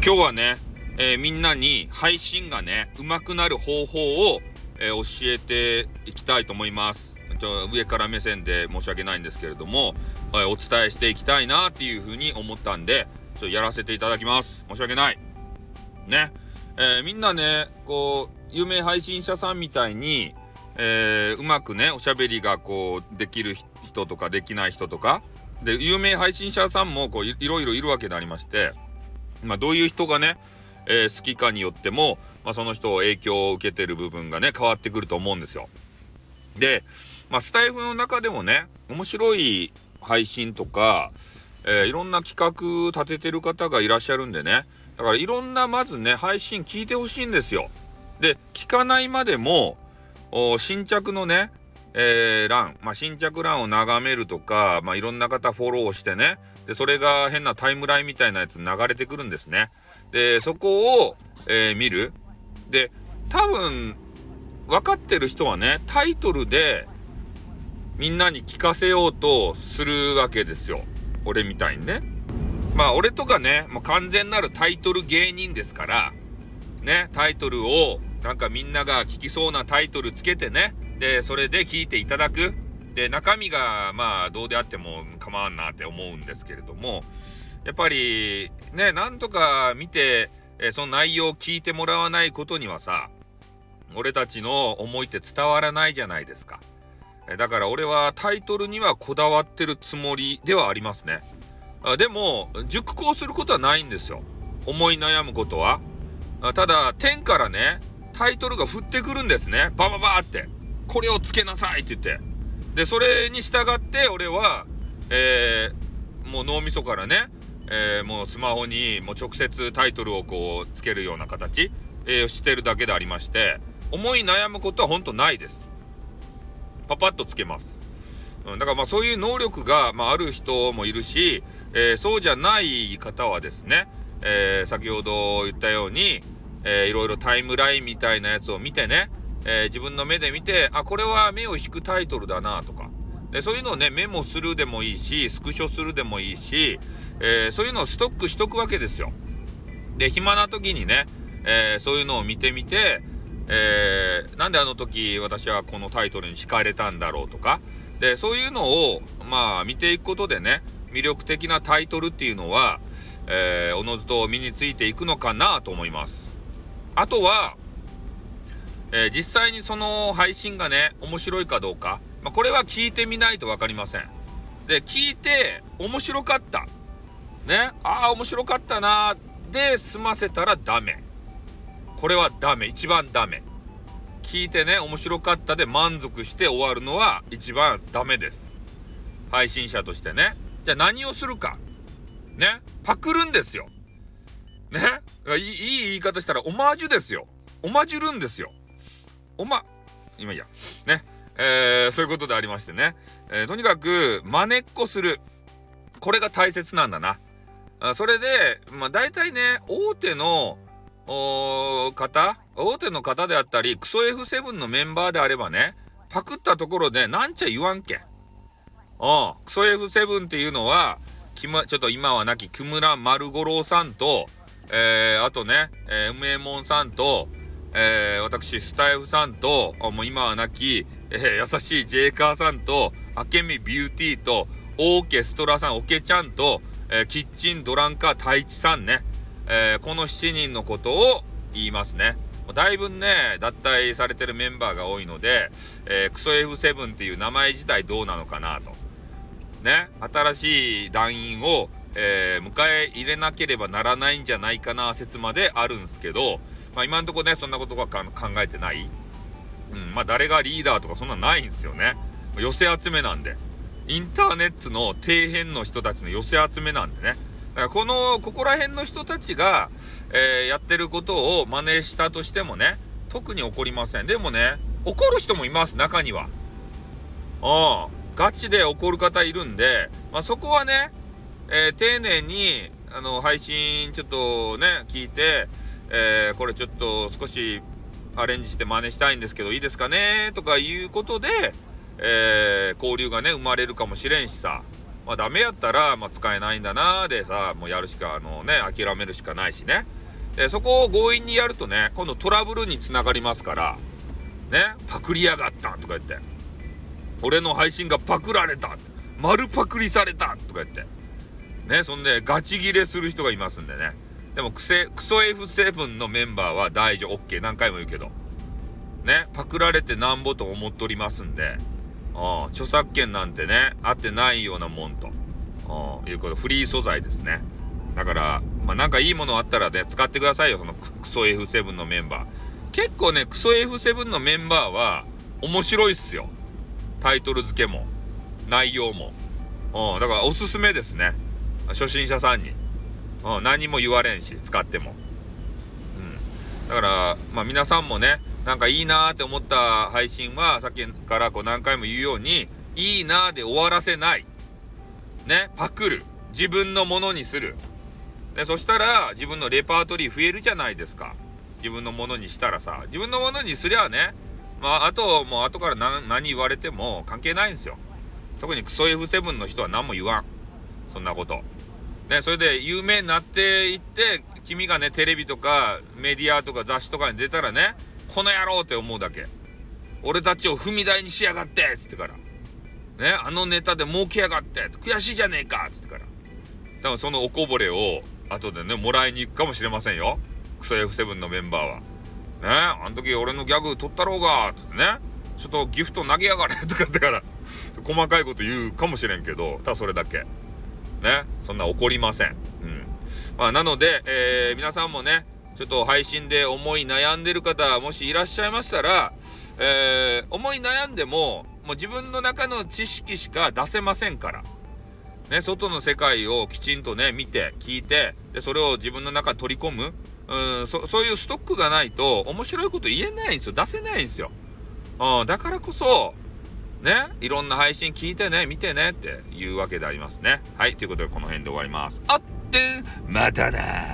今日はね、みんなに配信がね上手くなる方法を、教えていきたいと思います。上から目線で申し訳ないんですけれども、お伝えしていきたいなっていうふうに思ったんでやらせていただきます。申し訳ないね。みんなねこう有名配信者さんみたいに、うまくねおしゃべりがこうできる人とかできない人とかで、有名配信者さんもこういろいろいるわけでありまして、どういう人がね、好きかによっても、その人を影響を受けてる部分がね変わってくると思うんですよ。で、スタイフの中でもね面白い配信とか、いろんな企画立ててる方がいらっしゃるんでね、だからいろんなまずね配信聞いてほしいんですよ。で、聞かないまでも新着のね、欄、新着欄を眺めるとか、いろんな方フォローしてね、でそれが変なタイムラインみたいなやつ流れてくるんですね。でそこを、見る。で多分分かってる人はねタイトルでみんなに聞かせようとするわけですよ。俺みたいにね。俺とかねもう完全なるタイトル芸人ですからね、タイトルをなんかみんなが聞きそうなタイトルつけてね、でそれで聞いていただく。で中身がどうであっても構わんなって思うんですけれども、やっぱりねなんとか見て、その内容を聞いてもらわないことにはさ、俺たちの思いって伝わらないじゃないですか。だから俺はタイトルにはこだわってるつもりではありますね。でも熟考することはないんですよ。思い悩むことは。ただ天からねタイトルが降ってくるんですね。バババーって、これをつけなさいって言って、でそれに従って俺は、もう脳みそからね、もうスマホにもう直接タイトルをこうつけるような形、してるだけでありまして、思い悩むことは本当ないです。パパッとつけます。だからそういう能力が、ある人もいるし、そうじゃない方はですね、先ほど言ったように、いろいろタイムラインみたいなやつを見てね、自分の目で見て、これは目を引くタイトルだなとか、でそういうのをねメモするでもいいし、スクショするでもいいし、そういうのをストックしとくわけですよ。で暇な時にね、そういうのを見てみて、なんであの時私はこのタイトルに惹かれたんだろうとか、でそういうのを見ていくことでね、魅力的なタイトルっていうのは、おのずと身についていくのかなと思います。あとは、実際にその配信がね面白いかどうか、これは聞いてみないと分かりません。で聞いて面白かったね、面白かったなで済ませたらダメ。これはダメ、一番ダメ。聞いてね面白かったで満足して終わるのは一番ダメです、配信者としてね。じゃあ何をするかね、パクるんですよね。いい言い方したらオマージュですよ。オマジュるんですよ。今いいやね、そういうことでありましてね、とにかく真似っこする、これが大切なんだな。それで大体ね大手の方であったりクソ F7 のメンバーであればね、パクったところでなんちゃ言わんけん。クソ F7 っていうのはちょっと今は亡き木村丸五郎さんと、あとね、梅右衛門さんと、私スタイフさんと、もう今は亡き、優しいジェイカーさんと、明美ビューティーと、オーケストラさん、オケちゃんと、キッチンドランカー太一さんね、この7人のことを言いますね。だいぶね脱退されてるメンバーが多いので、クソ F7 っていう名前自体どうなのかなとね、新しい団員を、迎え入れなければならないんじゃないかな説まであるんですけど、今のところねそんなことは考えてない。誰がリーダーとかそんなないんですよね。寄せ集めなんで、インターネットの底辺の人たちの寄せ集めなんでね。だからここら辺の人たちが、やってることを真似したとしてもね特に起こりません。でもね怒る人もいます、中には。ガチで怒る方いるんで、そこはね、丁寧に配信ちょっとね聞いて、これちょっと少しアレンジして真似したいんですけどいいですかねとかいうことで、交流がね生まれるかもしれんしさ。 まあダメやったら、まあ使えないんだなーでさ、もうやるしか、諦めるしかないしね。で、そこを強引にやるとね、今度トラブルにつながりますから、ね、パクりやがったとか言って、俺の配信がパクられた、丸パクリされたとか言って、ね、そんでガチギレする人がいますんでね。でもクソ F7 のメンバーは大丈夫、OK、何回も言うけど。ね、パクられてなんぼと思っておりますんで、著作権なんてね、あってないようなもんと、いうこと、フリー素材ですね。だから、まあなんかいいものあったらね、使ってくださいよ、そのクソ F7 のメンバー。結構ね、クソ F7 のメンバーは面白いっすよ。タイトル付けも、内容も。だからおすすめですね。初心者さんに。何も言われんし、使っても。だから、まあ皆さんもね、なんかいいなーって思った配信は、さっきからこう何回も言うように、いいなーで終わらせない。ね、パクる。自分のものにする。で、そしたら、自分のレパートリー増えるじゃないですか。自分のものにしたらさ、自分のものにすりゃね、まあ、もう後から何言われても関係ないんですよ。特にクソ F7 の人は何も言わん。そんなこと。ね、それで有名になっていって、君がね、テレビとかメディアとか雑誌とかに出たらね、この野郎って思うだけ。俺たちを踏み台にしやがってっつってから。ね、あのネタで儲けやがって悔しいじゃねえかっつってから。多分そのおこぼれを後でね、もらいに行くかもしれませんよ。クソ F7 のメンバーは。ね、あの時俺のギャグ取ったろうがつってね、ちょっとギフト投げやがれとかってから細かいこと言うかもしれんけど、ただそれだけね、そんな怒りません。まあなので、皆さんもね、ちょっと配信で思い悩んでる方もしいらっしゃいましたら、思い悩んでももう自分の中の知識しか出せませんからね、外の世界をきちんとね見て聞いて、でそれを自分の中に取り込む、そういうストックがないと面白いこと言えないんですよ。出せないんですよ。だからこそね、いろんな配信聞いてね、見てねっていうわけでありますね。はい、ということでこの辺で終わります。あってまたな。